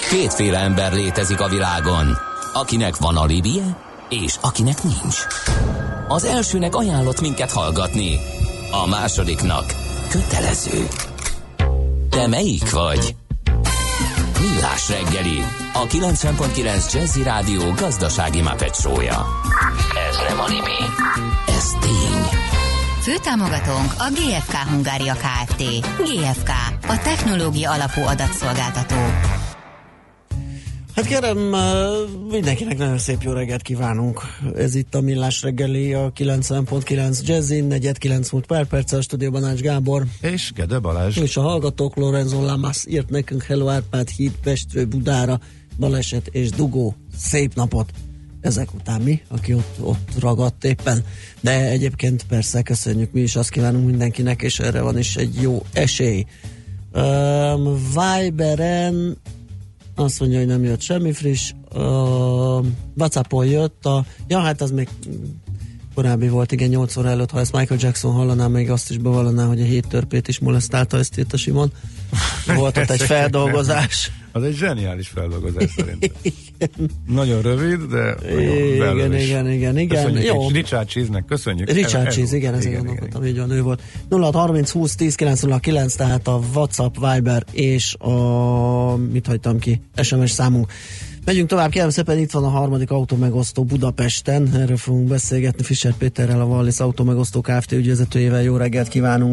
Kétféle ember létezik a világon, akinek van alibije, és akinek nincs. Az elsőnek ajánlott minket hallgatni, a másodiknak kötelező. Te melyik vagy? Millás reggeli, a 90.9 Jazzy Rádió gazdasági Muppet show-ja. Ez nem anime, ez tény. Főtámogatónk a GFK Hungária Kft. GFK, a technológia alapú adatszolgáltató. Hát kérem, mindenkinek nagyon szép jó reggelt kívánunk. Ez itt a Millás reggeli, a 90.9 Jazzin, 4:09 múlt pár perccel, a stúdióban Ács Gábor. És Gede Balázs. És a hallgatók, Lorenzo Lamas írt nekünk: Hello Árpád híd Pestről Budára, baleset és dugó. Szép napot! Ezek után mi, aki ott ragadt éppen. De egyébként persze köszönjük, mi is azt kívánunk mindenkinek, és erre van is egy jó esély. Viberen azt mondja, hogy nem jött semmi friss. WhatsAppon jött hát az még korábbi volt, igen, 8 óra előtt, ha ezt Michael Jackson hallaná, még azt is bevallaná, hogy a 7 törpét is molesztálta, ezt írt a Simon. Volt ott egy feldolgozás. Az egy zseniális feldolgozás szerintem. Nagyon rövid, de nagyon igen. Köszönjük. Jó. Richard Cheese-nek köszönjük. Richard Cheese, igen, ezért gondolkodtam, így van, ő volt. 0630 20 10 909, tehát a WhatsApp, Viber és a mit hagytam ki, SMS számunk. Megyünk tovább, kérem szépen, itt van a harmadik autómegosztó Budapesten, erről fogunk beszélgetni Fischer Péterrel, a Wallis Autómegosztó Kft. Ügyvezetőjével. Jó reggelt kívánunk!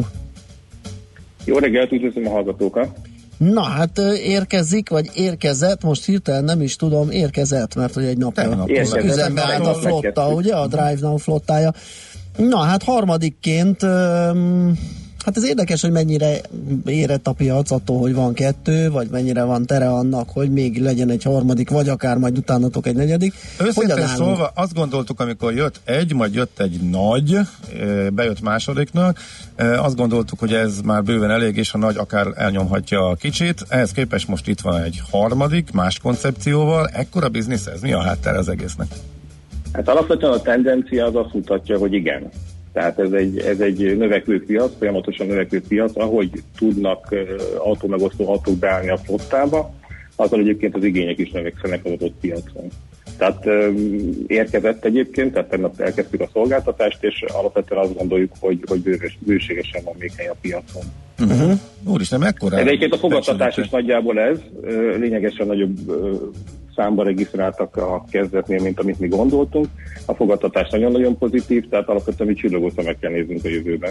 Jó reggelt, üdvözlöm a hallgatókat! Na hát érkezik, vagy érkezett, most hirtelen nem is tudom, érkezett, mert hogy egy napja üzembe állt a flotta, ugye, a Drive Now flottája. Na hát harmadikként, hát ez érdekes, hogy mennyire érett a piac attól, hogy van 2, vagy mennyire van tere annak, hogy még legyen egy harmadik, vagy akár majd utánatok egy negyedik. Őszintén szólva azt gondoltuk, amikor jött egy, majd jött egy nagy, bejött másodiknak, azt gondoltuk, hogy ez már bőven elég, és a nagy akár elnyomhatja a kicsit. Ehhez képest most itt van egy harmadik, más koncepcióval. Ekkora biznisz ez? Mi a háttér az egésznek? Hát alapvetően a tendencia az azt mutatja, hogy igen. Tehát ez egy növekvő piac, folyamatosan növekvő piac, ahogy tudnak autómegosztó autók beállni a flottába, azzal egyébként az igények is növekszenek az adott piacon. Tehát érkezett egyébként, tehát tegnap elkezdtük a szolgáltatást, és alapvetően azt gondoljuk, hogy bőségesen van még hely a piacon. Úristen, mekkora? Egyébként a fogadtatás is nagyjából ez, lényegesen nagyobb számba regisztráltak a kezdetnél, mint amit mi gondoltunk. A fogadtatás nagyon-nagyon pozitív, tehát alapvetően mi csillogó szemekkel nézünk a jövőben.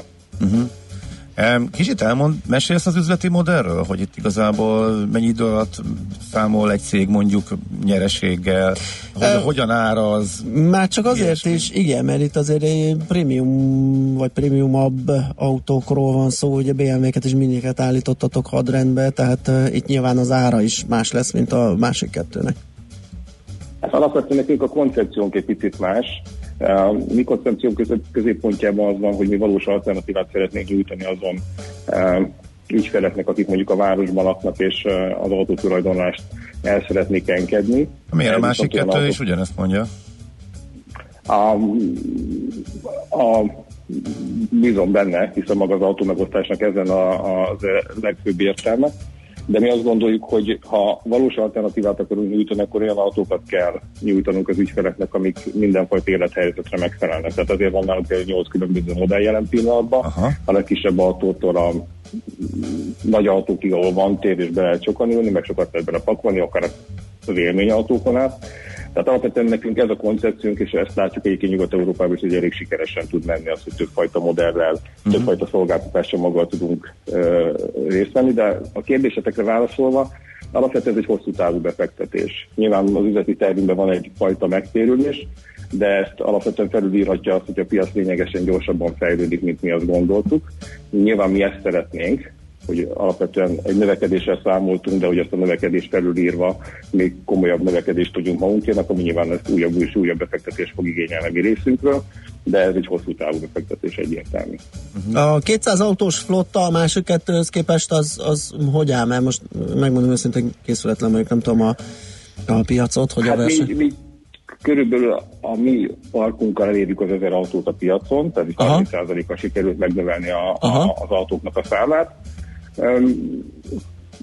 Kicsit mesélsz az üzleti modellről, hogy itt igazából mennyi idő alatt számol egy cég mondjuk nyereséggel, hogyan áraz? Már csak azért is, igen, mert itt azért egy prémium vagy prémiumabb autókról van szó, ugye BMW-ket és miniket állítottatok hadrendbe, tehát itt nyilván az ára is más lesz, mint a másik kettőnek. Hát alapvetően nekünk a koncepciónk egy picit más. Mi koncepciónk középpontjában az van, hogy mi valós alternatívát szeretnénk nyújtani azon ügyfeleknek, akik mondjuk a városban laknak, és az autótulajdonlást el szeretnék engedni. Miért a másik kettő is ugyanezt mondja? Bízom benne, hiszen maga az autómegosztásnak ezen a legfőbb értelme. De mi azt gondoljuk, hogy ha valós alternatívát akarunk nyújtani, akkor olyan autókat kell nyújtanunk az ügyfeleknek, amik mindenfajta élethelyzetre megfelelnek. Tehát azért van nálunk egy 8 különböző modell jelen pillanatban. A legkisebb autótól a nagy autókig, ahol van tér, és be lehet sokan ülni, meg sokat lehet bele pakolni, akár az élményautókon át. Tehát alapvetően nekünk ez a koncepciónk, és ezt látjuk egyébként Nyugat-Európában is, hogy elég sikeresen tud menni az, hogy többfajta modellel, többfajta szolgáltatással maggal tudunk részt venni, de a kérdésetekre válaszolva, alapvetően ez egy hosszú távú befektetés. Nyilván az üzleti tervünkben van egyfajta megtérülés, de ezt alapvetően felülírhatja azt, hogy a piac lényegesen gyorsabban fejlődik, mint mi azt gondoltuk. Nyilván mi ezt szeretnénk, hogy alapvetően egy növekedéssel számoltunk, de hogy ezt a növekedést felülírva még komolyabb növekedést tudjunk magunkénak, ami nyilván ezt újabb és újabb befektetés fog igényelni mi részünkről, de ez egy hosszú távú befektetés egyértelmű. A 200 autós flotta a másik kettőhöz képest az hogy áll? Mert most megmondom őszintén, készületlen vagyok, nem tudom a piacot, hogy a verseny... Mi körülbelül a mi parkunkkal elérjük az 1000 autót a piacon, tehát 30%-kal sikerült megnövelni az autóknak a számát.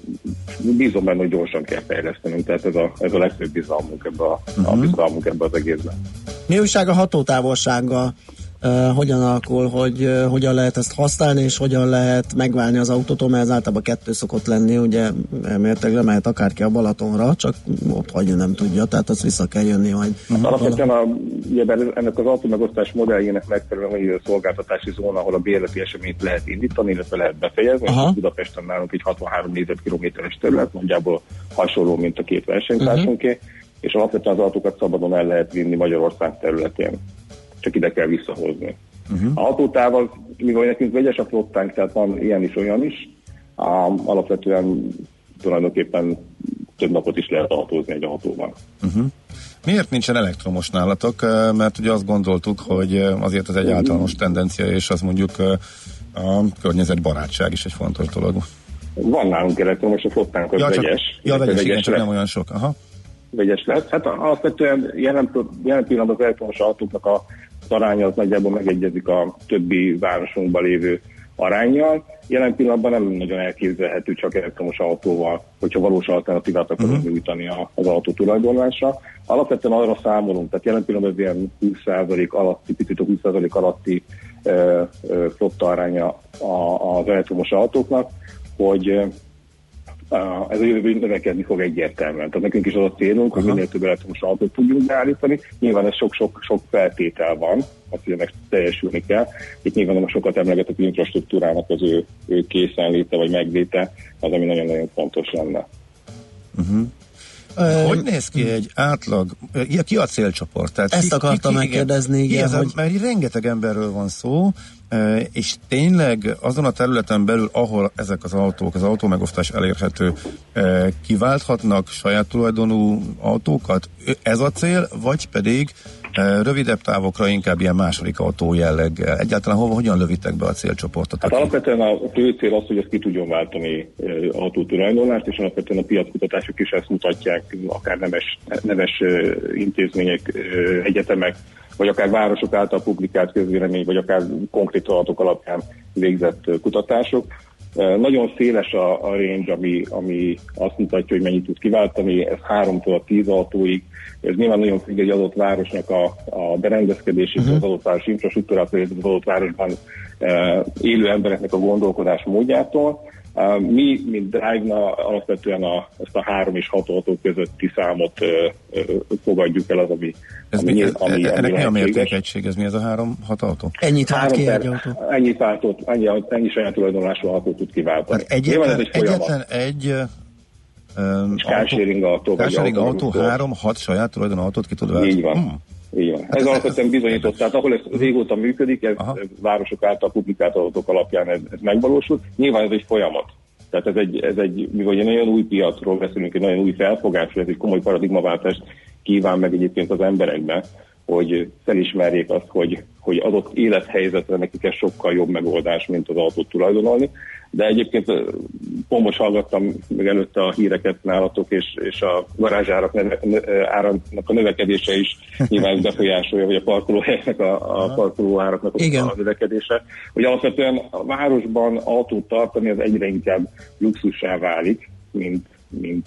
bízom benne, hogy gyorsan kell fejlesztenünk, tehát ez a legfőbb bizalmunk ebbe az egészben. Mi újság a hatótávolsággal? Hogyan alakul, hogy hogyan lehet ezt használni, és hogyan lehet megválni az autótól, mert ez általában 2 szokott lenni, ugye elméletileg lemehet akárki a Balatonra, csak ott hagyni nem tudja, tehát azt vissza kell jönni majd. Alapvetően ennek az autómegosztás modelljének megfelelően hogy a szolgáltatási zóna, ahol a bérleti eseményt lehet indítani, illetve lehet befejezni. Budapesten nálunk egy 63 négyzetkilométeres terület, nagyjából hasonló, mint a 2 versenytársunké, és alapvetően az autókat szabadon el lehet vinni Magyarország területén. Csak ide kell visszahozni. A hatótáv az, mivel nekünk vegyes a flottánk, tehát van ilyen is, olyan is, alapvetően tulajdonképpen több napot is lehet autózni egy autóban. Miért nincsen elektromos nálatok? Mert ugye azt gondoltuk, hogy azért az egy általános tendencia, és az mondjuk a környezetbarátság is egy fontos dolog. Van nálunk elektromos, a flottánk az vegyes. Vegyes, igen, csak nem olyan sok. Vegyes lesz. Hát alapvetően jelen pillanatban az elektromos autóknak az aránya az nagyjából megegyezik a többi városunkban lévő aránnyal. Jelen pillanatban nem nagyon elképzelhető csak elektromos autóval, hogyha valós alternatívát akarunk nyújtani az autó tulajdonlásra. Alapvetően arra számolunk, tehát jelen pillanatban ilyen 20% alatti, picit 20% alatti flotta aránya az elektromos autóknak, hogy ez a jövőben növekedni fog egyértelműen. Tehát nekünk is az a célunk, hogy minél több elektromos autót tudjunk beállítani. Nyilván ez sok feltétel van, azt ennek teljesülni kell. Itt nyilván a sokat emlegetett infrastruktúrának az ő készenléte vagy megléte az, ami nagyon-nagyon fontos lenne. Hogy néz ki egy átlag, ki a célcsoport? Tehát ezt akartam megkérdezni, igen. Mert rengeteg emberről van szó, és tényleg azon a területen belül, ahol ezek az autók, az autómegosztás elérhető, kiválthatnak saját tulajdonú autókat? Ez a cél, vagy pedig rövidebb távokra inkább ilyen második autó jelleggel? Egyáltalán hogyan lövitek be a célcsoportot? Hát alapvetően a fő cél az, hogy ezt ki tudjon váltani autótulajdonlást, és alapvetően a piackutatások is ezt mutatják, akár neves intézmények, egyetemek, vagy akár városok által publikált közvélemény, vagy akár konkrét adatok alapján végzett kutatások. Nagyon széles a range, ami azt mutatja, hogy mennyit tud kiváltani, ez 3-tól 10 autóig. Ez nyilván nagyon függ egy adott városnak a berendezkedését, az adott város infrastruktúrától, az adott városban élő embereknek a gondolkodás módjától. Mi, mint Drive-na alapvetően ezt a 3 és 6 autó közötti számot fogadjuk el, az, ami ennek mi a mértékegység? Ez mi ez a 3-6 autó? Ennyit vált ki egy autó? Ennyi saját tulajdonlású autót tud kiváltani. Egyetlen egy carsharing autó 3-6 saját tulajdonú autót ki tud váltani? Így van. Hát ez alapvetően bizonyított, tehát ahol ez régóta működik, ez városok által publikált adatok alapján ez megvalósul. Nyilván ez egy folyamat. Tehát ez egy mivel egy nagyon új piacról beszélünk, egy nagyon új felfogásról, ez egy komoly paradigmaváltást kíván meg egyébként az emberekben, hogy felismerjék azt, hogy adott élethelyzetre nekik ez sokkal jobb megoldás, mint az autót tulajdonolni. De egyébként most hallgattam meg előtte a híreket nálatok, és a garázsárak árának a növekedése is nyilván befolyásolja, vagy a parkolóhelyeknek a parkolóáraknak a növekedése. Hogy alapvetően a városban autót tartani az egyre inkább luxussá válik, mint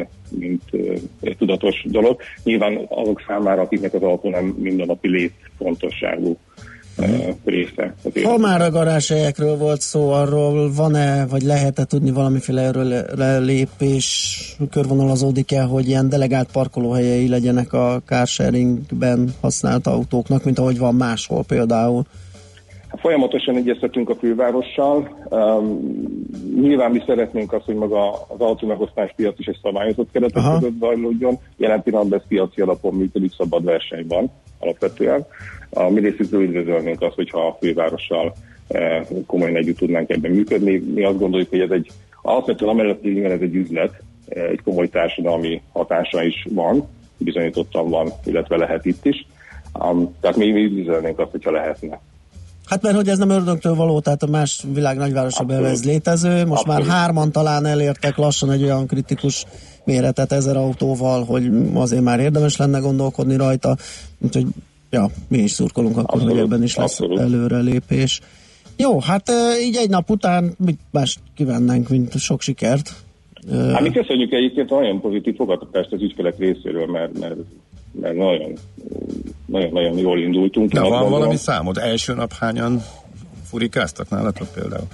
tudatos dolog. Nyilván azok számára, akiknek az autó nem mindennapi létfontosságú része. Ha már a garázshelyekről volt szó, arról van-e, vagy lehet-e tudni valamiféle erről lépés, körvonalazódik-e, hogy ilyen delegált parkolóhelyei legyenek a carsharingben használt autóknak, mint ahogy van máshol például? Folyamatosan egyeztetünk a fővárossal. Nyilván mi szeretnénk azt, hogy maga az autómegosztás piac is egy szabályozott keretek között zajlódjon. Jelen pillanatban ez piaci alapon működik, szabad versenyben alapvetően. A mi részükről üdvözölnénk azt, hogyha a fővárossal komolyan együtt tudnánk ebben működni. Mi azt gondoljuk, hogy ez alapvetően amellett, ez egy üzlet, egy komoly társadalmi hatása is van, bizonyítottan van, illetve lehet itt is. Tehát mi üdvözölnénk azt, hogyha lehetne. Hát mert hogy ez nem ördögtől való, tehát a más világ nagyvárosában ez létező. Most már 3 talán elértek lassan egy olyan kritikus méretet 1000 autóval, hogy azért már érdemes lenne gondolkodni rajta. Úgyhogy mi is szurkolunk akkor, hogy ebben is lesz előrelépés. Jó, hát így egy nap után mit más kívánnánk, mint sok sikert? Hát mi köszönjük egyébként a nagyon pozitív fogadtatást az ügyfelek részéről, mert nagyon jól indultunk. De van valami számod? Első nap hányan furikáztak nálatok például?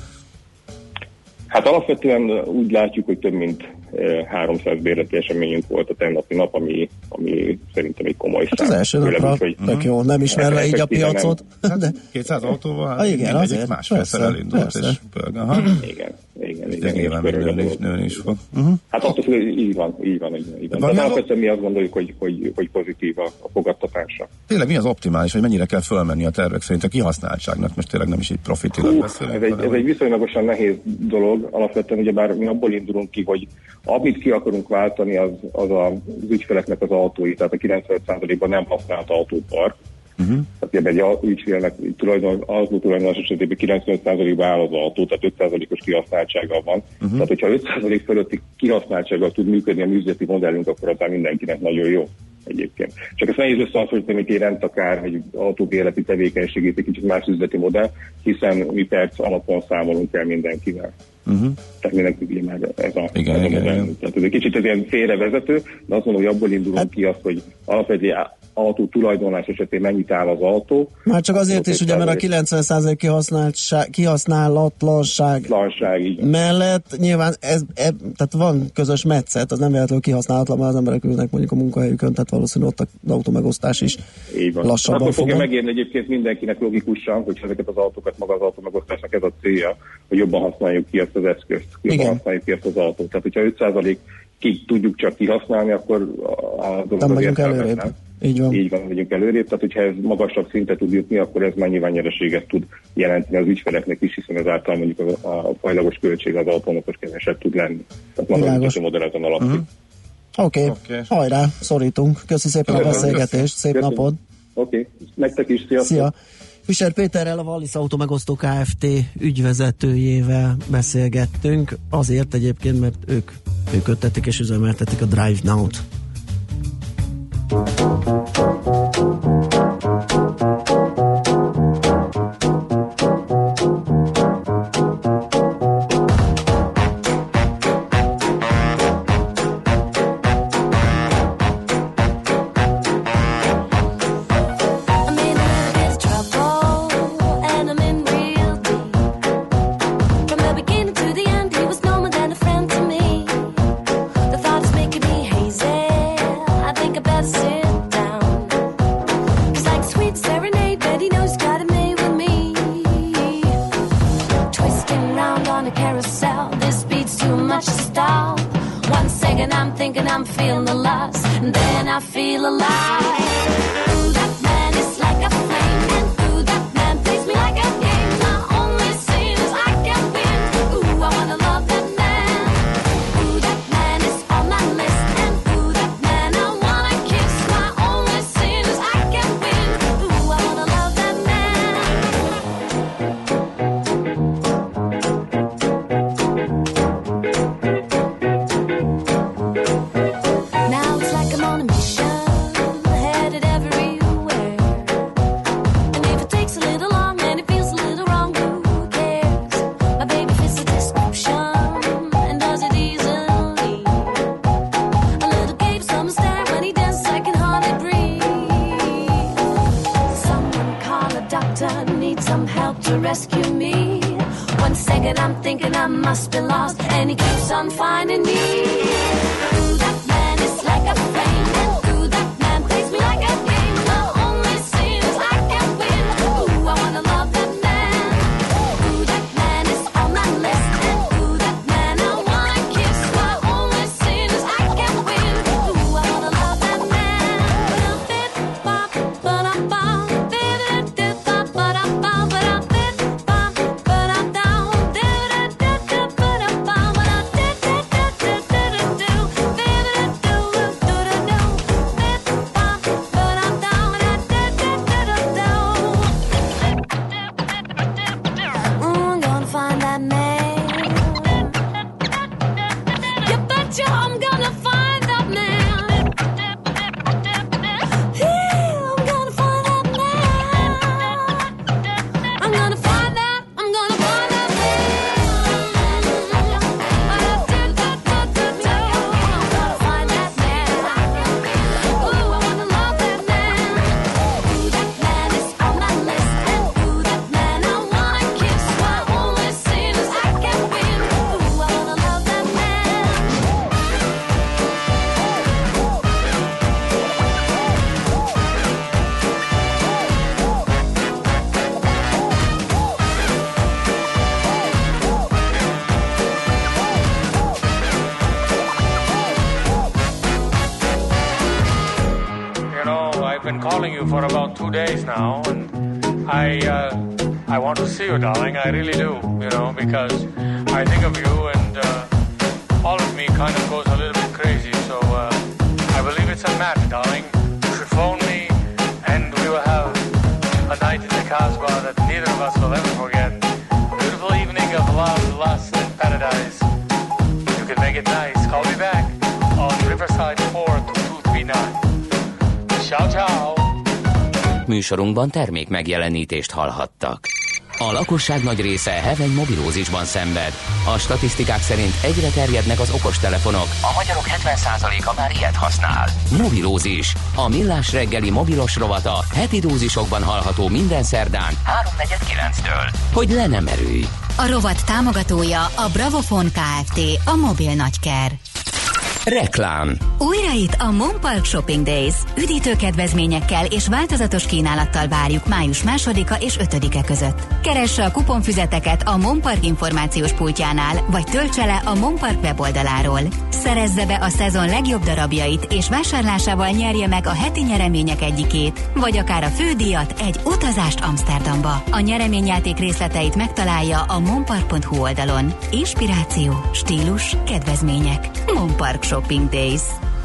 Hát alapvetően úgy látjuk, hogy több mint 300 bérleti eseményünk volt a tegnapi nap, ami szerintem egy komoly szám. Az első napra tök jó, nem ismerve így a piacot. Nem. 200 autóval, hát igen, mindegyik másfélszer elindult, és pörg. Igen, nyilván nőni is fog. Hát attól függ, így van. Tehát alapvetően mi azt gondoljuk, hogy pozitív a fogadtatásra. Tényleg mi az optimális, hogy mennyire kell fölmenni a tervek szerint a kihasználtságnak? Most tényleg nem is így profitilag beszélünk. Ez egy viszonylagosan nehéz dolog. Alapvetően ugyebár mi abból indulunk ki, hogy amit ki akarunk váltani, az az ügyfeleknek az autói, tehát a 95%-ban nem használt autópark. Tehát egy ügyfélnek autó tulajdonos esetében 95%-ban áll az autó, tehát 5%-os kihasználtsága van. Tehát, hogyha 5% fölötti kihasználtsággal tud működni a műzleti modellünk, akkor aztán mindenkinek nagyon jó egyébként. Csak ezt nehéz összehasonlítani, mint egy rendtakár, egy autóbérleti tevékenységét, egy kicsit más üzleti modell, hiszen mi perc alapon számolunk el mindenkivel. Tehát mindenki már ez a modell. Tehát ez egy kicsit ez ilyen félrevezető, de azt mondom, hogy abból indulunk ki azt, hogy alapvetően autó tulajdonlás esetén mennyit áll az autó. Már csak azért is, ugye, mert a 90% kihasználatlanság mellett nyilván tehát van közös metszet, az nem véletlenül kihasználatlan, mert az emberek ülnek mondjuk a munkahelyükön, tehát valószínűleg ott az autómegosztás is lassabban akkor fogja megérni egyébként mindenkinek logikusan, hogy ezeket az autókat maga az autómegosztásnak ez a célja, hogy jobban használjuk ki ezt az eszközt, jobban használjuk ki ezt az autót. Tehát, hogyha 5% tudjuk csak kihasználni, akkor a dolog megyünk előrébb. Így van, megyünk előrébb. Tehát, hogyha ez magasabb szintre tud jutni, akkor ez már nyilván nyereséget tud jelenteni az ügyfeleknek is, hiszen ezáltal mondjuk a fajlagos költség az autónak is kevesebb tud lenni. Tehát maga a modelleten alapjuk. Oké, hajrá, szorítunk. Köszi szépen a beszélgetést, szép napod. Oké, nektek is, sziasztok. Szia. Fischer Péterrel, a Wallis Automegosztó Kft. Ügyvezetőjével beszélgettünk, azért egyébként, mert ők működtetik és üzemeltetik a Drive Now-t. been calling you for about 2 days now, and I want to see you, darling. I really do, you know, because I think of you, and all of me kind of goes a little bit crazy. So I believe it's a match, darling. You should phone me, and we will have a night in the Casbah that neither of us will ever forget. A beautiful evening of love, lust, and paradise. You can make it nice. Call me back on Riverside 42239. Ciao, ciao. Műsorunkban termék megjelenítést hallhattak. A lakosság nagy része heveny mobilózisban szenved. A statisztikák szerint egyre terjednek az okostelefonok. A magyarok 70%-a már ilyet használ. Mobilózis. A Millás reggeli mobilos rovata heti dózisokban hallható minden szerdán 3:49-től. Hogy le nem erőj. A rovat támogatója a Bravofon Kft. A mobil nagyker. Reklám. Újra itt a Monpark Shopping Days. Üdítő kedvezményekkel és változatos kínálattal várjuk május 2-a és 5-e között. Keresse a kuponfüzeteket a Monpark információs pultjánál, vagy töltse le a Monpark weboldaláról. Szerezze be a szezon legjobb darabjait, és vásárlásával nyerje meg a heti nyeremények egyikét, vagy akár a fődíjat, egy utazást Amsterdamba. A nyereményjáték részleteit megtalálja a monpark.hu oldalon. Inspiráció, stílus, kedvezmények. Monpark Shopping Days.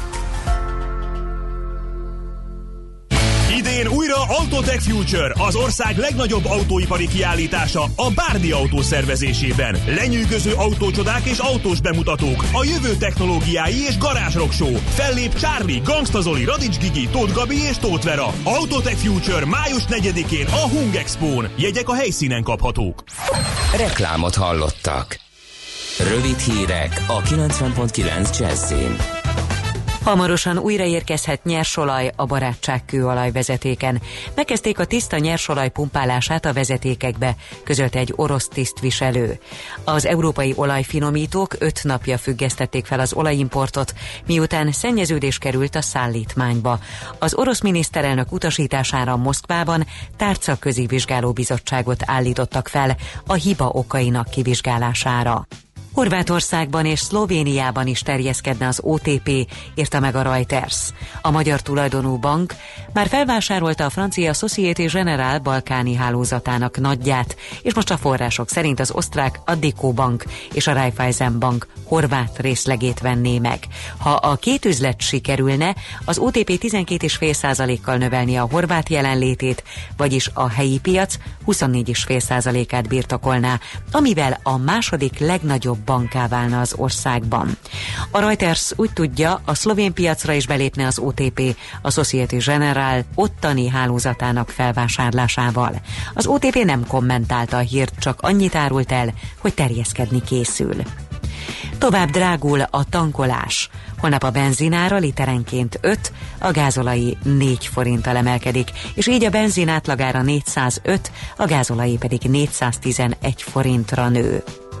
Idén újra Autotech Future, az ország legnagyobb autóipari kiállítása a Bárdi Autó szervezésében. Lenyűgöző autócsodák és autós bemutatók, a jövő technológiái és garázsrock show. Fellép Charlie, Gangsta Zoli, Radics Gigi, Tóth Gabi és Tóth Vera. Autotech Future május 4-én a Hung Expón. Jegyek a helyszínen kaphatók. Reklámot hallottak. Rövid hírek a 90.9 Jazzin. Hamarosan újraérkezhet nyersolaj a Barátság-kőolaj vezetéken. Megkezdték a tiszta nyersolaj pumpálását a vezetékekbe, közölte egy orosz tisztviselő. Az európai olajfinomítók 5 napja függesztették fel az olajimportot, miután szennyeződés került a szállítmányba. Az orosz miniszterelnök utasítására Moszkvában tárcaközi vizsgálóbizottságot állítottak fel a hiba okainak kivizsgálására. Horvátországban és Szlovéniában is terjeszkedne az OTP, írta meg a Reuters. A magyar tulajdonú bank már felvásárolta a francia Société Générale balkáni hálózatának nagyját, és most a források szerint az osztrák Addiko Bank és a Raiffeisen Bank horvát részlegét venné meg. Ha a két üzlet sikerülne, az OTP 12,5%-kal növelni a horvát jelenlétét, vagyis a helyi piac 24,5%-át birtokolná, amivel a második legnagyobb banká válna az országban. A Reuters úgy tudja, a szlovén piacra is belépne az OTP, a Société Générale ottani hálózatának felvásárlásával. Az OTP nem kommentálta a hírt, csak annyit árult el, hogy terjeszkedni készül. Tovább drágul a tankolás. Holnap a benzinára literenként 5, a gázolai 4 forinttal emelkedik, és így a benzin átlagára 405, a gázolai pedig 411 forintra nő.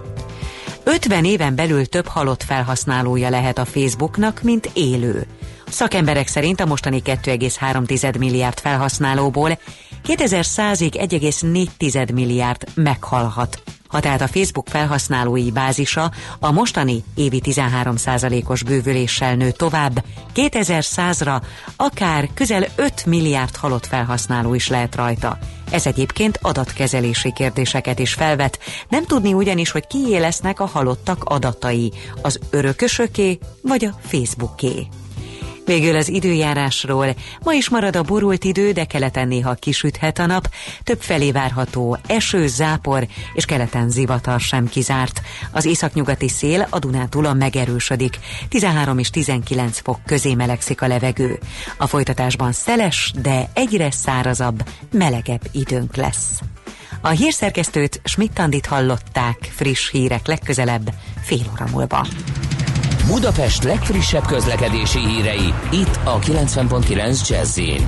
50 éven belül több halott felhasználója lehet a Facebooknak, mint élő. Szakemberek szerint a mostani 2,3 milliárd felhasználóból 2100-ig 1,4 milliárd meghalhat. Ha tehát a Facebook felhasználói bázisa a mostani évi 13%-os bővüléssel nő tovább, 2100-ra akár közel 5 milliárd halott felhasználó is lehet rajta. Ez egyébként adatkezelési kérdéseket is felvet. Nem tudni ugyanis, hogy kié lesznek a halottak adatai, az örökösöké vagy a Facebooké. Végül az időjárásról. Ma is marad a borult idő, de keleten néha kisüthet a nap. Többfelé várható eső, zápor és keleten zivatar sem kizárt. Az északnyugati szél a Dunántúlon megerősödik. 13 és 19 fok közé melegszik a levegő. A folytatásban szeles, de egyre szárazabb, melegebb időnk lesz. A hírszerkesztőt, Schmidt-Andit hallották, friss hírek legközelebb fél óra múlva. Budapest legfrissebb közlekedési hírei, itt a 90.9 Jazz-in.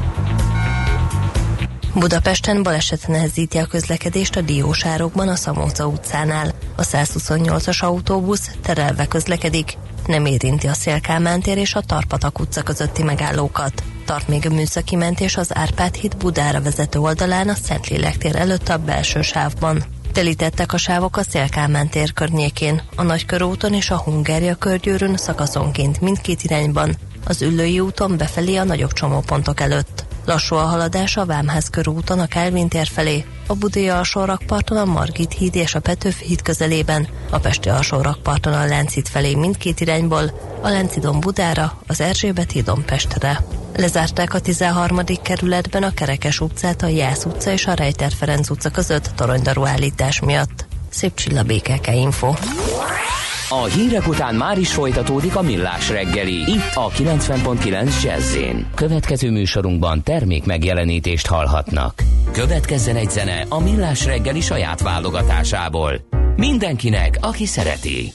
Budapesten baleset nehezíti a közlekedést a Diósárokban, a Szamóca utcánál. A 128-as autóbusz terelve közlekedik, nem érinti a Széll-Kálmán tér és a Tarpatak utca közötti megállókat. Tart még a műszaki mentés az Árpád híd Budára vezető oldalán, a Szentlélek tér előtt a belső sávban. Telítettek a sávok a Széll-Kálmán tér környékén, a Nagykörúton és a Hungária körgyűrűn szakaszonként mindkét irányban, az Üllői úton befelé a nagyobb csomópontok előtt. Lassú a haladás a Vámház körúton a Kálvin tér felé, a Budai alsórakparton a Margit híd és a Petőfi híd közelében, a Pesti alsórakparton a Lánchíd felé mindkét irányból, a Lánchídon Budára, az Erzsébet hídon Pestre. Lezárták a 13. kerületben a Kerekes utcát, a Jász utca és a Rejter Ferenc utca között toronydarú állítás miatt. Szép Csilla, BKK Info. A hírek után már is folytatódik a Millás reggeli, itt a 90.9 Jazz-én. Következő műsorunkban termék megjelenítést hallhatnak. Következzen egy zene a Millás reggeli saját válogatásából. Mindenkinek, aki szereti.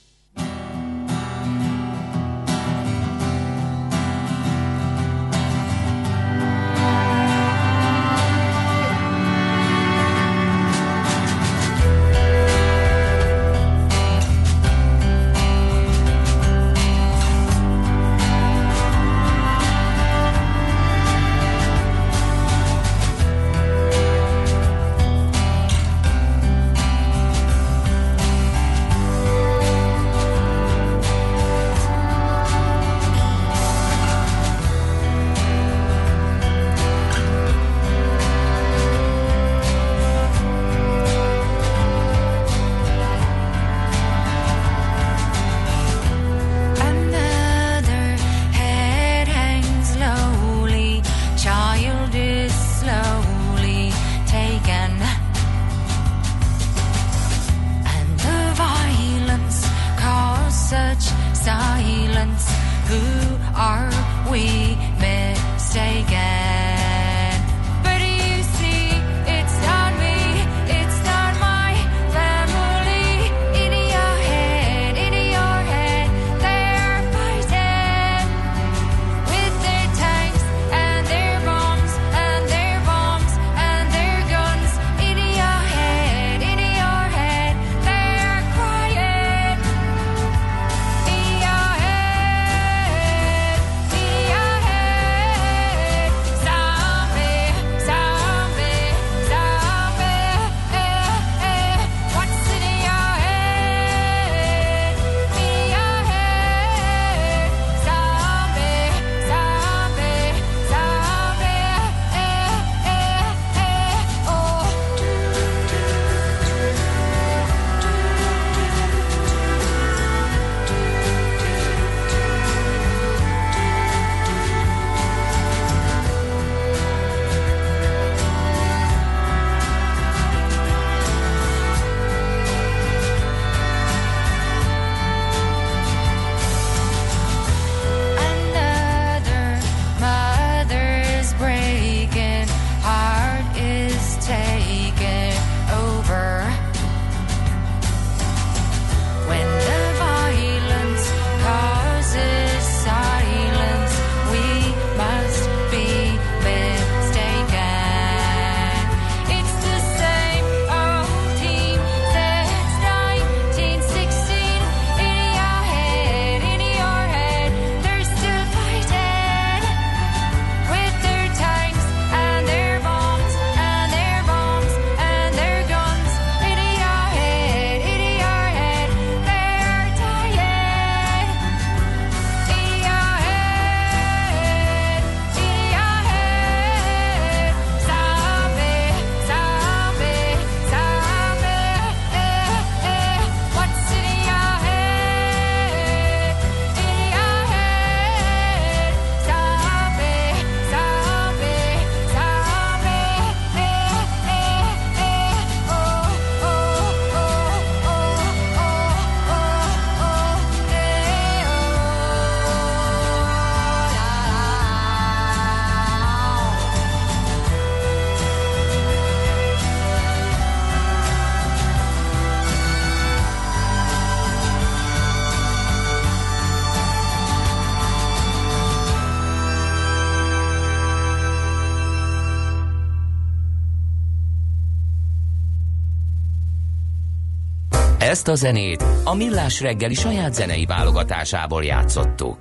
Ezt a zenét a Millás reggeli saját zenei válogatásából játszottuk.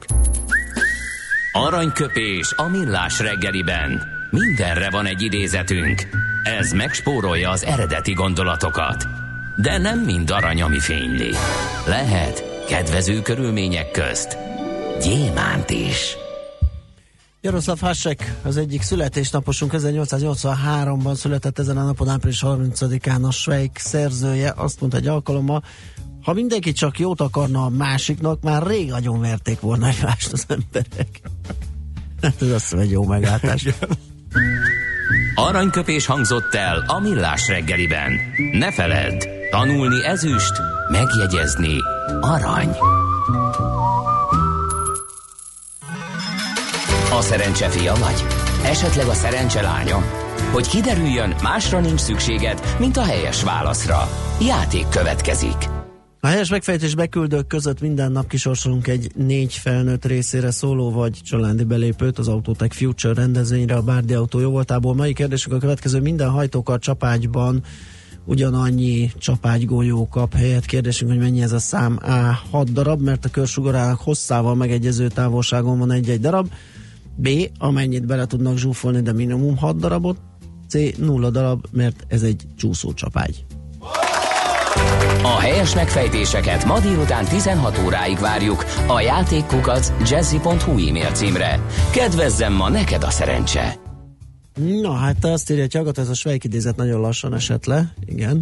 Aranyköpés a Millás reggeliben. Mindenre van egy idézetünk. Ez megspórolja az eredeti gondolatokat. De nem mind arany, ami fényli. Lehet kedvező körülmények közt gyémánt is. Jaroszláv Hasek, az egyik születésnaposunk, 1883-ban született, ezen a napon április 30-án a Schweik szerzője. Azt mondta egy alkalommal, ha mindenki csak jót akarna a másiknak, már rég agyonverték volna egymást az emberek. Hát ez azt hiszem egy jó meglátás. Aranyköpés hangzott el a Millás reggeliben. Ne feledd, tanulni ezüst, megjegyezni arany. A szerencse fia vagy? Esetleg a szerencse lánya? Hogy kiderüljön, másra nincs szükséged, mint a helyes válaszra. Játék következik. A helyes megfejtés beküldők között minden nap kisorsolunk egy 4 felnőtt részére szóló vagy családi belépőt az Autotech Future rendezvényre a Bárdi Autó jóvoltából. Mai kérdésünk a következő: minden hajtókar csapágyban ugyanannyi csapágygolyó kap helyet. Kérdésünk, hogy mennyi ez a szám. A. 6 darab, mert a körsugarának hosszával megegyező távolságon van egy-egy darab. B. amennyit bele tudnak zsúfolni, de minimum 6 darabot. C. 0 darab, mert ez egy csúszócsapágy. A helyes megfejtéseket ma délután 16 óráig várjuk a játékkukac@jazzy.hu e-mail címre. Kedvezzem ma neked a szerencse! Na, hát azt írja, hogy ez a Schweik idézet nagyon lassan esett le. Igen.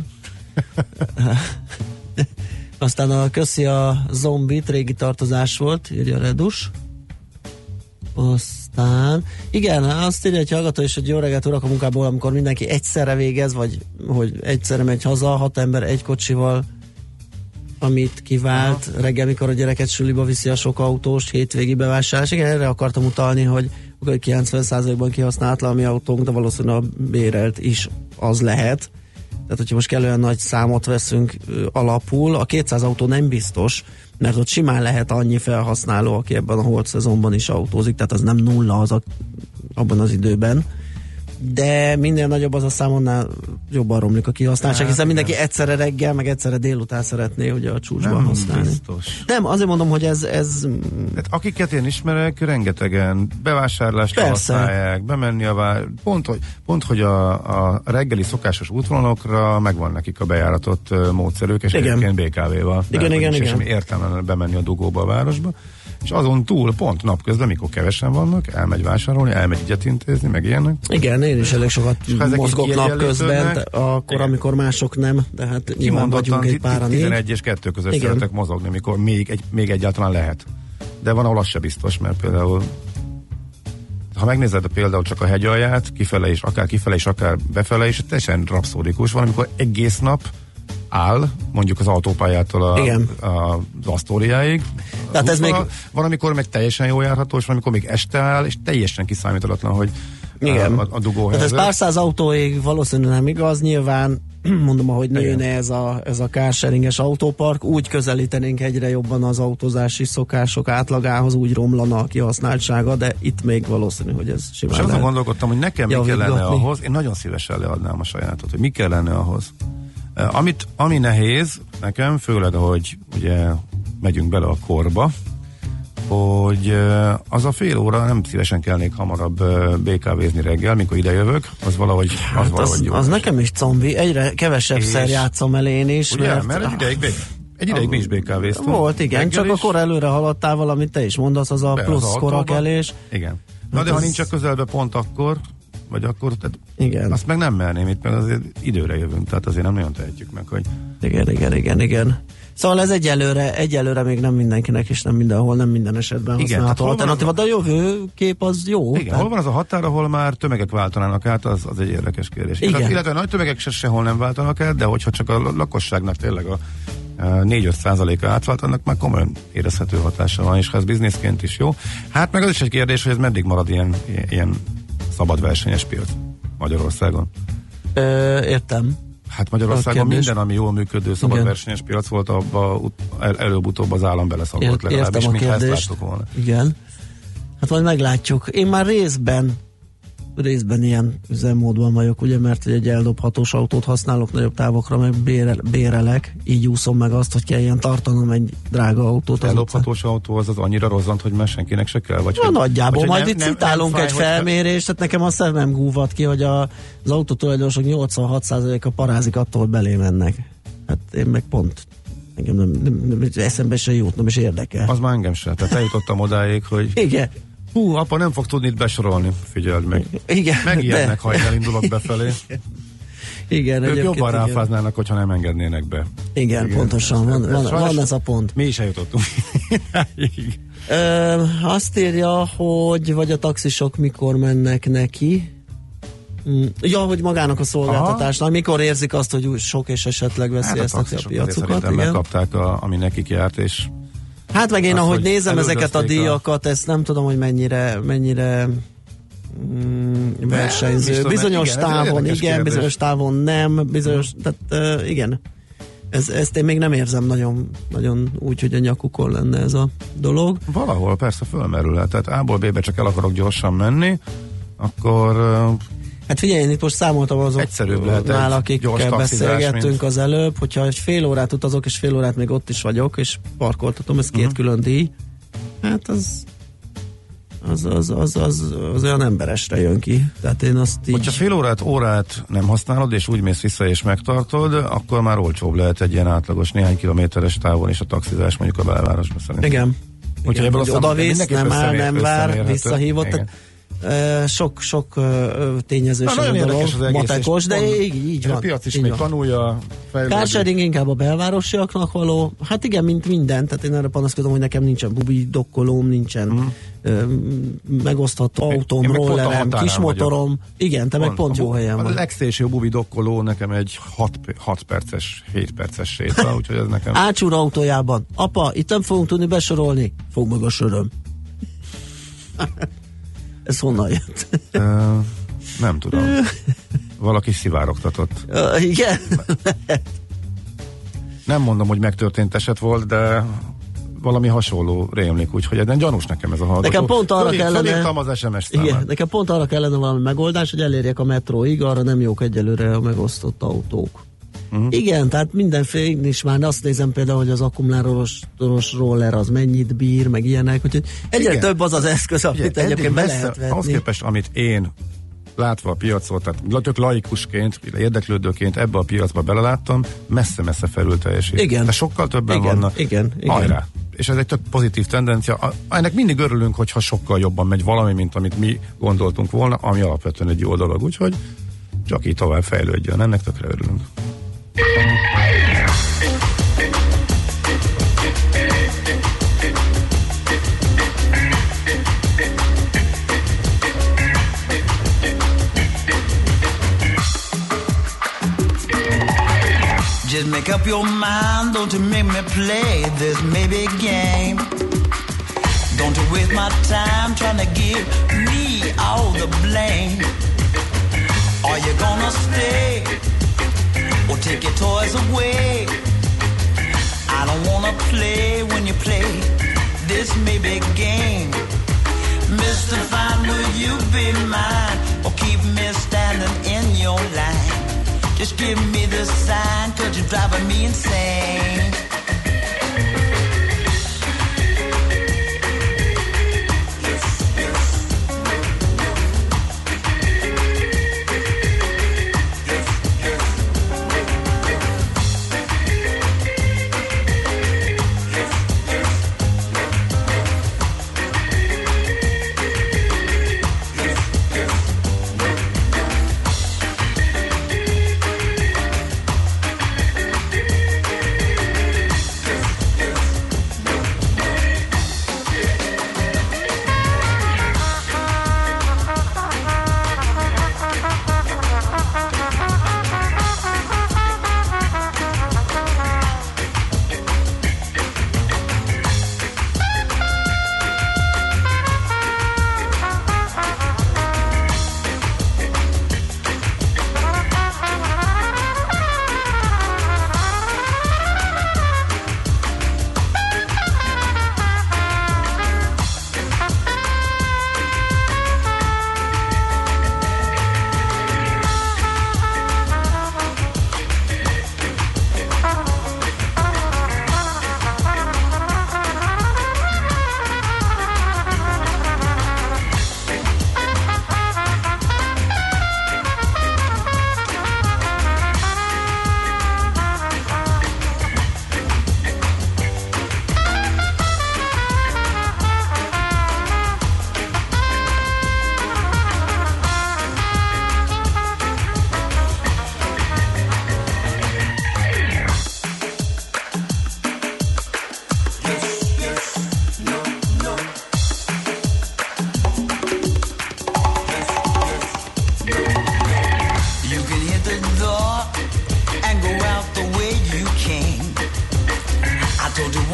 Aztán a köszi a zombit, régi tartozás volt, írja Redus. Aztán, igen, azt írja egy hallgató is, hogy jó reggelt urak a munkából, amikor mindenki egyszerre végez, vagy hogy egyszerre megy haza, 6 ember egy kocsival, amit kivált, reggel, mikor a gyereket suliba viszi a sok autós, hétvégi bevásárlás. Igen, erre akartam utalni, hogy 90%-ban kihasználatlan a mi autónk, de valószínűleg a bérelt is az lehet. Tehát, hogyha most kellően nagy számot veszünk alapul, a 200 autó nem biztos, mert ott simán lehet annyi felhasználó, aki ebben a holt szezonban is autózik, tehát az nem nulla abban az időben. De minél nagyobb az a szám, annál jobban romlik a kihasználtság, hiszen mindenki egyszerre reggel, meg egyszerre délután szeretné ugye a csúcsban használni. Biztos. Nem, azért mondom, hogy ez... Hát akiket én ismerek, rengetegen bevásárlásra használják, bemenni pont, hogy a reggeli szokásos útvonalokra megvan nekik a bejáratott módszerük, és egyébként BKV-val. Igen. Semmi értelme bemenni a dugóba a városba. És azon túl pont napközben, mikor kevesen vannak, elmegy vásárolni, elmegy ügyet intézni, meg ilyenek. Igen, én is elég sokat mozgok napközben, akkor, igen, amikor mások nem, de hát nyilván vagyunk egy páran. 11 és 2 között szeretek mozogni, mikor még egyáltalán lehet. De van, ahol az se biztos, mert például ha megnézed például csak a hegyalját, kifele is, akár befele is, teljesen rapszódikus van, amikor egész nap áll, mondjuk az autópályától az Asztóriáig. Tehát ez még... Van, amikor meg teljesen jól járható, és van, amikor még este áll, és teljesen kiszámítalatlan, hogy a dugóhelyzet. Tehát ez pár száz autóig valószínűleg nem igaz, nyilván mondom, ahogy nőne ez a carsharinges autópark, úgy közelítenénk egyre jobban az autózási szokások átlagához, úgy romlana a kihasználtsága, de itt még valószínű, hogy ez simán. És azon gondolkodtam, hogy nekem mi kellene ahhoz, én nagyon szívesen leadnám a sajátot, hogy mi kellene ahhoz. Ami nehéz nekem, főleg ahogy ugye megyünk bele a korba, hogy az a fél óra, nem szívesen kelnék hamarabb BKV-zni reggel, mikor ide jövök, az valahogy jó. Az nekem is combi, egyre kevesebbszer játszom el én is. Ugye, mert egy ideig mi is BKV-ztunk. Volt, igen, csak akkor előre haladtál valamit, te is mondasz, az a plusz korakelés. Igen. Na de ha nincs a közelbe pont akkor, vagy akkor, tehát igen, azt meg nem merném itt, mert azért időre jövünk, tehát azért nem nagyon tehetjük meg, hogy... Igen. Szóval ez egyelőre még nem mindenkinek, és nem mindenhol, nem minden esetben használható alternatíva, de a jövő kép az jó. Igen, hol van az a határ, ahol már tömegek váltanának át, az egy érdekes kérdés. Illetve nagy tömegek sehol nem váltanak át, de hogyha csak a lakosságnak tényleg a 4-5%-a átvált, annak már komolyan érezhető hatása van, és ha ez bizniszként is jó. Hát meg az is egy kérdés, hogy ez meddig marad ilyen szabad versenyes piac Magyarországon. Értem. Hát Magyarországon minden, ami jól működő szabad versenyes piac volt, abba előbb-utóbb az állam beleszagolt legalábbis, mintha ezt láttuk volna. Igen. Hát majd meglátjuk. Én már részben ilyen üzemmódban vagyok, ugye, mert egy eldobhatós autót használok nagyobb távokra, meg bérelek, így úszom meg azt, hogy kelljen tartanom egy drága autót. Eldobhatós autó az annyira rozzant, hogy már senkinek se kell? Vagy nagyjából, majd itt citálunk egy felmérést, tehát nekem a szemem gúvad ki, hogy az autótulajdonosok 86%-a parázik attól, hogy belé mennek. Hát én meg pont engem nem eszembe se jut, nem is érdekel. Az már engem se. Tehát eljutottam odáig, hogy... Igen. Hú, apa nem fog tudni itt besorolni, figyeld meg. Igen, megijednek, ha én elindulok befelé. Igen, ők jobban ráfáznának, hogyha nem engednének be. Igen, pontosan, van ez a pont. Mi is eljutottunk. Azt írja, hogy vagy a taxisok mikor mennek neki. Ja, hogy magának a szolgáltatásnak, mikor érzik azt, hogy sok és esetleg veszélyezteti a piacukat. Igen. Megkapták, ami nekik járt, és hát meg én, ahogy nézem ezeket a díjakat, ezt nem tudom, hogy mennyire versenyző. Bizonyos távon igen, bizonyos távon nem, bizonyos, tehát igen. Ezt én még nem érzem nagyon úgy, hogy a nyakukon lenne ez a dolog. Valahol persze fölmerül, tehát A-ból B-be csak el akarok gyorsan menni, akkor hát figyelj, én itt most számoltam azoknál, akikkel beszélgettünk az előbb, hogyha egy fél órát utazok, és fél órát még ott is vagyok, és parkoltatom, ez két külön díj, hát az olyan emberesre jön ki. Tehát én azt így... Hogyha fél órát nem használod, és úgy mész vissza és megtartod, akkor már olcsóbb lehet egy ilyen átlagos néhány kilométeres távon is a taxizás, mondjuk a belvárosban szerintem. Igen. Úgyhogy odavész, nem áll, nem vár, visszahívott. Sok tényezős a dolog, matekos, de így van. A piac is még tanulja, fejlődik. Carsharing inkább a belvárosiaknak való, hát igen, mint minden, tehát én erre panaszkodom, hogy nekem nincsen bubi dokkolóm, nincsen megosztható autóm, rollerem, kismotorom, igen, te meg pont jó helyen vagy. A legszélső bubi dokkoló nekem egy 6 perces, 7 perces séta, úgyhogy ez nekem... Ácsúr autójában, apa, itt nem fogunk tudni besorolni, fog meg a söröm. Ez honnan jött? Nem tudom. Valaki szivárogtatott. Igen? Nem mondom, hogy megtörtént eset volt, de valami hasonló rémlik, úgyhogy egy gyanús nekem ez a hallgató. Nekem pont arra kellene... az SMS számát. Igen, nekem pont arra kellene valami megoldás, hogy elérjek a metróig, arra nem jók egyelőre a megosztott autók. Igen, tehát mindenféle is már azt nézem például, hogy az akkumulátoros roller az mennyit bír, meg ilyenek, úgyhogy egyre több az eszköz, amit egyébként be lehet vetni. Ahhoz képest, amit én látva a piacot, tehát tök laikusként, érdeklődőként ebbe a piacba beleláttam, messze-messze felül teljesít. Igen. De sokkal többen vannak. Igen. Hajrá! És ez egy tök pozitív tendencia. Ennek mindig örülünk, hogyha sokkal jobban megy valami, mint amit mi gondoltunk volna, ami alapvetően egy jó dolog. Úgyhogy csak így tovább fejlődjön. Ennek tökre örülünk. Just make up your mind, don't you make me play this maybe game. Don't you waste my time trying to give me all the blame. Are you gonna stay or take your toys away? I don't wanna play when you play this maybe game. Mr. Fine, will you be mine or keep me standing in your line? Just give me the sign, 'cause you're driving me insane.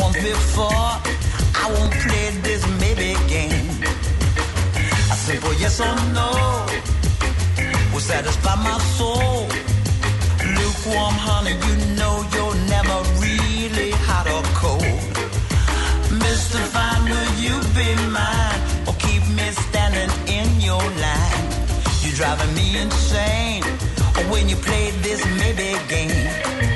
once before. I won't play this maybe game. A simple yes or no will satisfy my soul. Lukewarm honey, you know you're never really hot or cold. Mr. Fine, will you be mine or keep me standing in your line? You're driving me insane when you play this maybe game.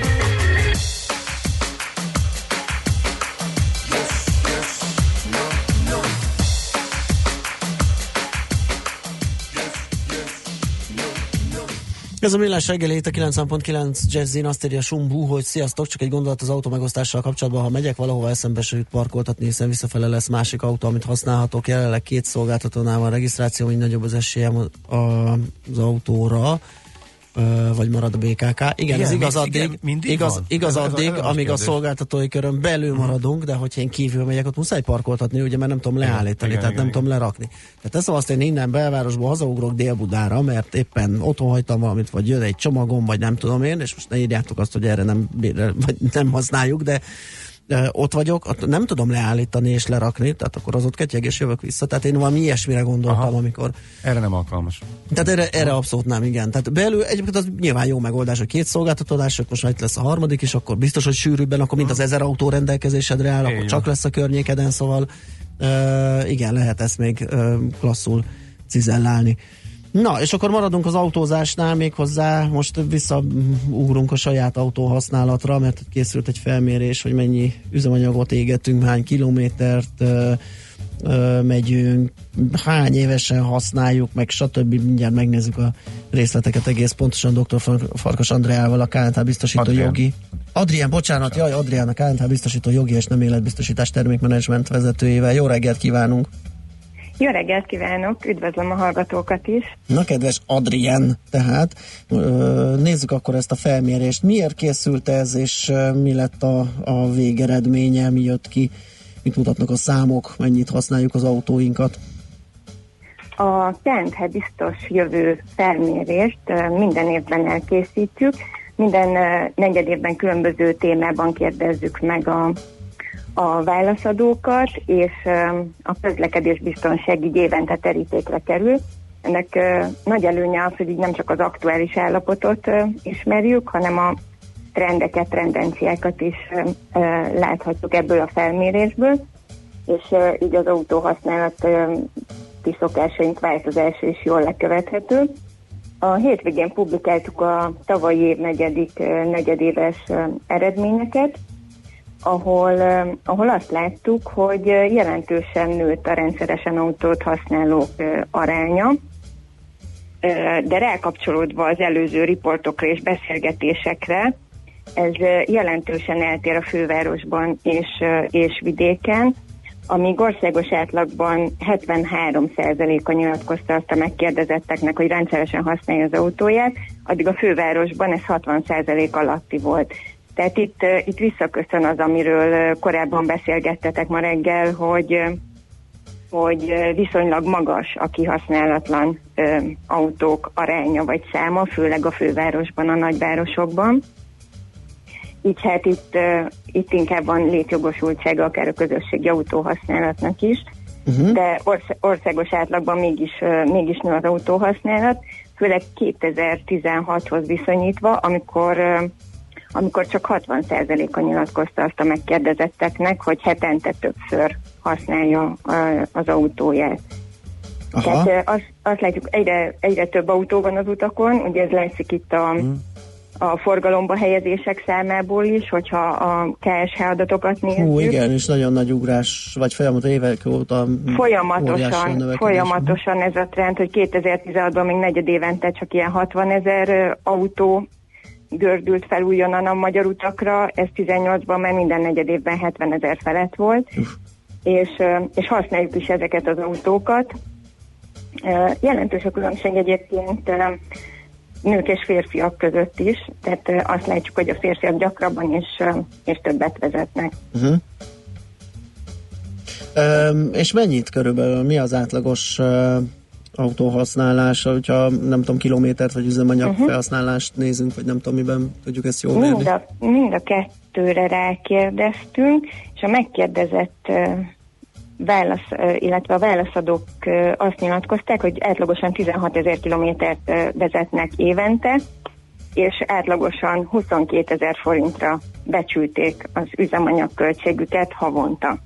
Ez a Millás reggeli itt a 90.9 Jazzin, azt írja Sumbu, hogy sziasztok, csak egy gondolat az autómegosztással kapcsolatban, ha megyek valahova, eszembe se jut parkoltatni, hiszen visszafele lesz másik autó, amit használhatok, jelenleg 2 szolgáltatónál van regisztráció, így nagyobb az esélyem az autóra, vagy marad a BKK. Igen, ez igaz addig, igaz addig, amíg a szolgáltatói körön belül maradunk, de hogyha én kívül megyek, ott muszáj parkoltatni, ugye, mert nem tudom leállítani, tehát nem tudom lerakni. Tehát ez azt, én innen belvárosból hazaugrok Dél-Budára, mert éppen otthon hagytam valamit, vagy jön egy csomagom, vagy nem tudom én, és most ne írjátok azt, hogy erre nem használjuk, de ott vagyok, ott nem tudom leállítani és lerakni, tehát akkor az ott ketyeg és jövök vissza. Tehát én valami ilyesmire gondoltam, amikor... Erre nem alkalmas. Tehát erre abszolút nem, igen. Tehát belül egyébként az nyilván jó megoldás, hogy 2 szolgáltatás, most már itt lesz a harmadik is, akkor biztos, hogy sűrűbben, akkor mint az 1000 autó rendelkezésedre áll, akkor csak lesz a környékeden, szóval igen, lehet ezt még klasszul cizellálni. Na, és akkor maradunk az autózásnál, még hozzá most visszaugrunk a saját autóhasználatra, mert készült egy felmérés, hogy mennyi üzemanyagot égetünk, hány kilométert megyünk, hány évesen használjuk, meg stb. Mindjárt megnézzük a részleteket egész pontosan dr. Farkas Andreával, a KNH biztosító jogi. Adrián, Adrián, a KNH biztosító jogi és nem életbiztosítás termékmenedzsment vezetőjével. Jó reggelt kívánunk! Jó reggelt kívánok, üdvözlöm a hallgatókat is. Na, kedves Adrián, tehát nézzük akkor ezt a felmérést. Miért készült ez, és mi lett a végeredménye, mi jött ki, mit mutatnak a számok, mennyit használjuk az autóinkat? A KNH biztos jövő felmérést minden évben elkészítjük. Minden negyed évben különböző témában kérdezzük meg a válaszadókat, és a közlekedésbiztonság így évente terítékre kerül. Ennek nagy előnye az, hogy így nem csak az aktuális állapotot ismerjük, hanem a trendeket, tendenciákat is láthatjuk ebből a felmérésből, és így az autóhasználati szokásaink változása is jól lekövethető. A hétvégén publikáltuk a tavalyi év negyedéves eredményeket, ahol azt láttuk, hogy jelentősen nőtt a rendszeresen autót használók aránya, de rákapcsolódva az előző riportokra és beszélgetésekre, ez jelentősen eltér a fővárosban és vidéken, amíg országos átlagban 73%-a nyilatkozta azt a megkérdezetteknek, hogy rendszeresen használja az autóját, addig a fővárosban ez 60% alatti volt. Tehát itt visszaköszön az, amiről korábban beszélgettetek ma reggel, hogy viszonylag magas a kihasználatlan autók aránya vagy száma, főleg a fővárosban, a nagyvárosokban. Így hát itt inkább van létjogosultsága akár a közösségi autóhasználatnak is, de országos átlagban mégis nő az autóhasználat, főleg 2016-hoz viszonyítva, amikor csak 60%-a nyilatkozta azt a megkérdezetteknek, hogy hetente többször használja az autóját. Aha. Tehát azt látjuk, egyre több autó van az utakon, ugye ez látszik itt a forgalomba helyezések számából is, hogyha a KSH adatokat nézzük. Igen, és nagyon nagy ugrás, vagy folyamatos évek óta folyamatosan ez a trend, hogy 2016-ban még negyed évente csak ilyen 60 000 autó gördült fel újonnan a magyar utakra, ez 18-ban már minden negyed évben 70 000 felett volt, és használjuk is ezeket az autókat. Jelentős a különbség egyébként nők és férfiak között is, tehát azt látjuk, hogy a férfiak gyakrabban és többet vezetnek. És mennyit körülbelül, mi az átlagos autóhasználás, hogyha nem tudom, kilométert vagy üzemanyag felhasználást nézünk, vagy nem tudom, miben tudjuk ezt jól mérni? Mind a kettőre rákérdeztünk, és a megkérdezett illetve a válaszadók azt nyilatkozták, hogy átlagosan 16 000 kilométert vezetnek évente, és átlagosan 22 000 forintra becsülték az üzemanyagköltségüket havonta.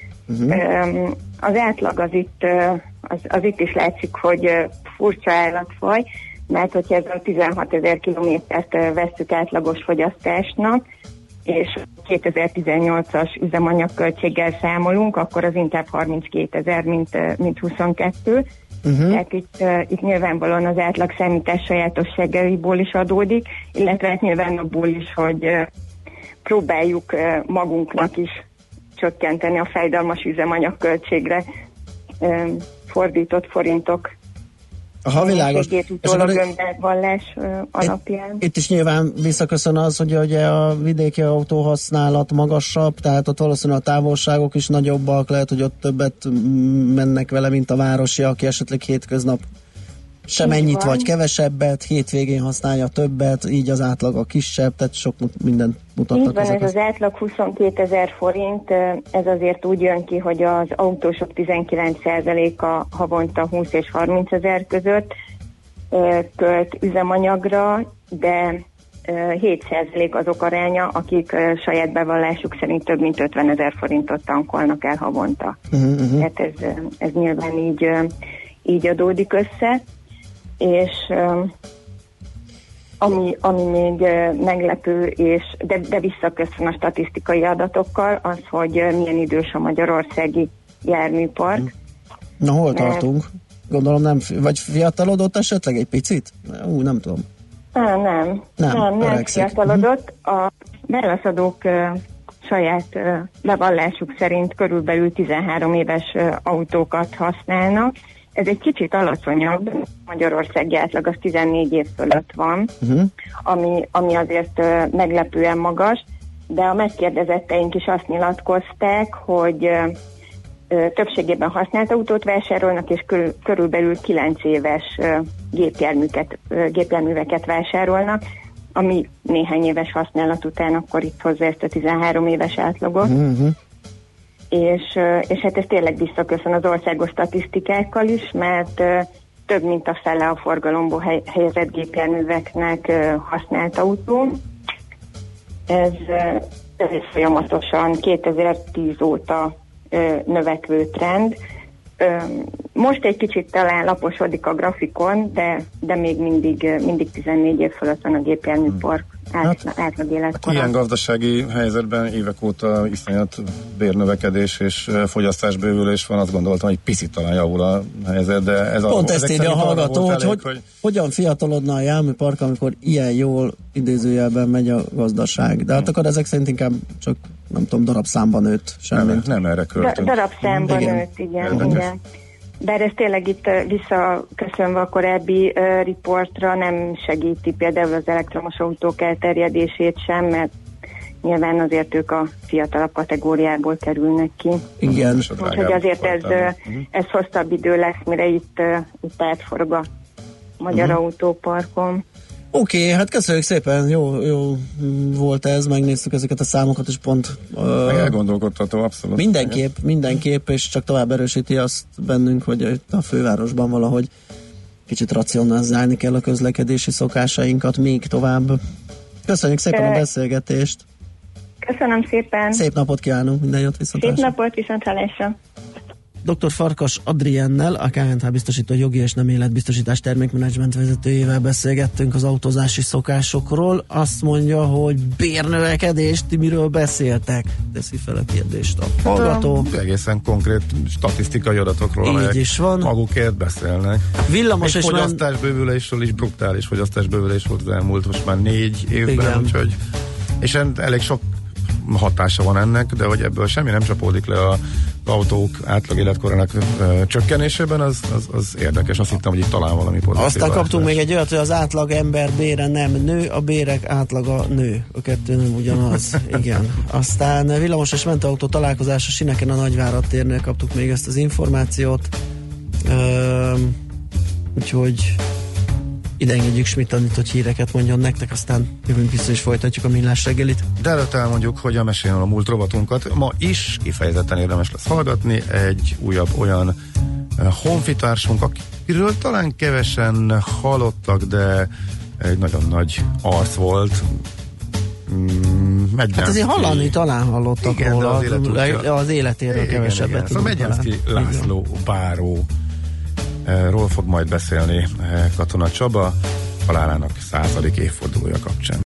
Az átlag az itt is látszik, hogy furcsa állatfaj, mert hogyha ez a 16 000 kilométert vesszük átlagos fogyasztásnak, és 2018-as üzemanyagköltséggel számolunk, akkor az inkább 32 000, mint 22. Tehát itt nyilvánvalóan az átlag számítás sajátosságaiból is adódik, illetve hát nyilván abból is, hogy próbáljuk magunknak is csökkenteni a fájdalmas üzemanyagköltségre fordított forintok utólag önbevallás alapján. Itt is nyilván visszaköszön az, hogy ugye a vidéki autóhasználat magasabb, tehát ott valószínűleg a távolságok is nagyobbak, lehet, hogy ott többet mennek vele, mint a városi, aki esetleg hétköznap sem ennyit vagy kevesebbet, hétvégén használja többet, így az átlag a kisebb, tehát sok mindent mutatnak. Így van, ez az átlag 22 000 forint, ez azért úgy jön ki, hogy az autósok 19%-a havonta 20 és 30 000 között költ üzemanyagra, de 7% azok aránya, akik saját bevallásuk szerint több mint 50 000 forintot tankolnak el havonta. Tehát ez nyilván így adódik össze. És ami még meglepő, de visszaköszön a statisztikai adatokkal, az, hogy milyen idős a magyarországi járműpark. Na, hol tartunk? Gondolom nem, vagy fiatalodott esetleg egy picit? Nem tudom. Nem fiatalodott. A válaszadók saját bevallásuk szerint körülbelül 13 éves autókat használnak. Ez egy kicsit alacsonyabb, Magyarországi átlag az 14 év fölött van, ami azért meglepően magas, de a megkérdezetteink is azt nyilatkozták, hogy többségében használt autót vásárolnak, és körülbelül 9 éves gépjárműveket vásárolnak, ami néhány éves használat után akkor itt hozza ezt a 13 éves átlagot. És hát ez tényleg visszaköszön az országos statisztikákkal is, mert több mint a fele a forgalomból helyezett gépjárműveknek használt autó. Ez folyamatosan 2010 óta növekvő trend. Most egy kicsit talán laposodik a grafikon, de még mindig 14 év fölött van a gépjárműpark átlag életkora. Ilyen gazdasági helyzetben évek óta iszonyat bérnövekedés és fogyasztásbővülés van, azt gondoltam, hogy picit talán javul a helyzet, de ez pont ezt írja a hallgató, hogy hogyan fiatalodna a járműpark, amikor ilyen jól idézőjelben megy a gazdaság. De hát akkor ezek szerint inkább csak, nem tudom, darabszámban nőtt semmit. Nem erre költünk. Darabszámban nőtt, igen. Bár ez tényleg itt visszaköszönve a korábbi riportra nem segíti például az elektromos autók elterjedését sem, mert nyilván azért ők a fiatalabb kategóriából kerülnek ki. Igen. Úgyhogy azért ez hosszabb idő lesz, mire itt átforog a magyar autóparkon. Oké, hát köszönjük szépen, jó volt ez, megnéztük ezeket a számokat, és pont elgondolkodtató, abszolút. Mindenképp, és csak tovább erősíti azt bennünk, hogy itt a fővárosban valahogy kicsit racionalizálni kell a közlekedési szokásainkat még tovább. Köszönjük szépen a beszélgetést! Köszönöm szépen! Szép napot kívánunk, minden jót, viszontlátásra! Szép napot, viszontlátásra! Dr. Farkas Adriennel, a KNH biztosító jogi és nem életbiztosítás termékmenedzsment vezetőjével beszélgettünk az autózási szokásokról. Azt mondja, hogy bérnövekedés, ti miről beszéltek? Teszi fel a kérdést a hallgató. Egészen konkrét statisztikai adatokról, így is van. Magukért beszélnek. Villamos és fogyasztásbővülésről is, brutális fogyasztásbővülés volt az elmúlt most már 4 évben, úgyhogy és elég sok hatása van ennek, de hogy ebből semmi nem csapódik le az autók átlag életkorának csökkenésében, az érdekes. Azt hittem, hogy itt talán valami pozitív. Aztán kaptunk még egy olyat, hogy az átlag ember bére nem nő, a bérek átlaga nő. A kettő nem ugyanaz. Igen. Aztán villamos és mentőautó találkozás a Sineken a Nagyvárad térnél kaptuk még ezt az információt. Úgyhogy ide engedjük Schmidt-Anit, hogy híreket mondjon nektek, aztán jövünk vissza és folytatjuk a Millás reggelit. De előtt elmondjuk, hogy a Meséljen a múlt rovatunkat ma is kifejezetten érdemes lesz hallgatni. Egy újabb olyan honfitársunk, akiről talán kevesen hallottak, de egy nagyon nagy arc volt. Hát azért hallani talán hallottak róla, az életéről kevesebbet. Szóval Megyenszky László báró ról fog majd beszélni Katona Csaba halálának 100. évfordulója kapcsán.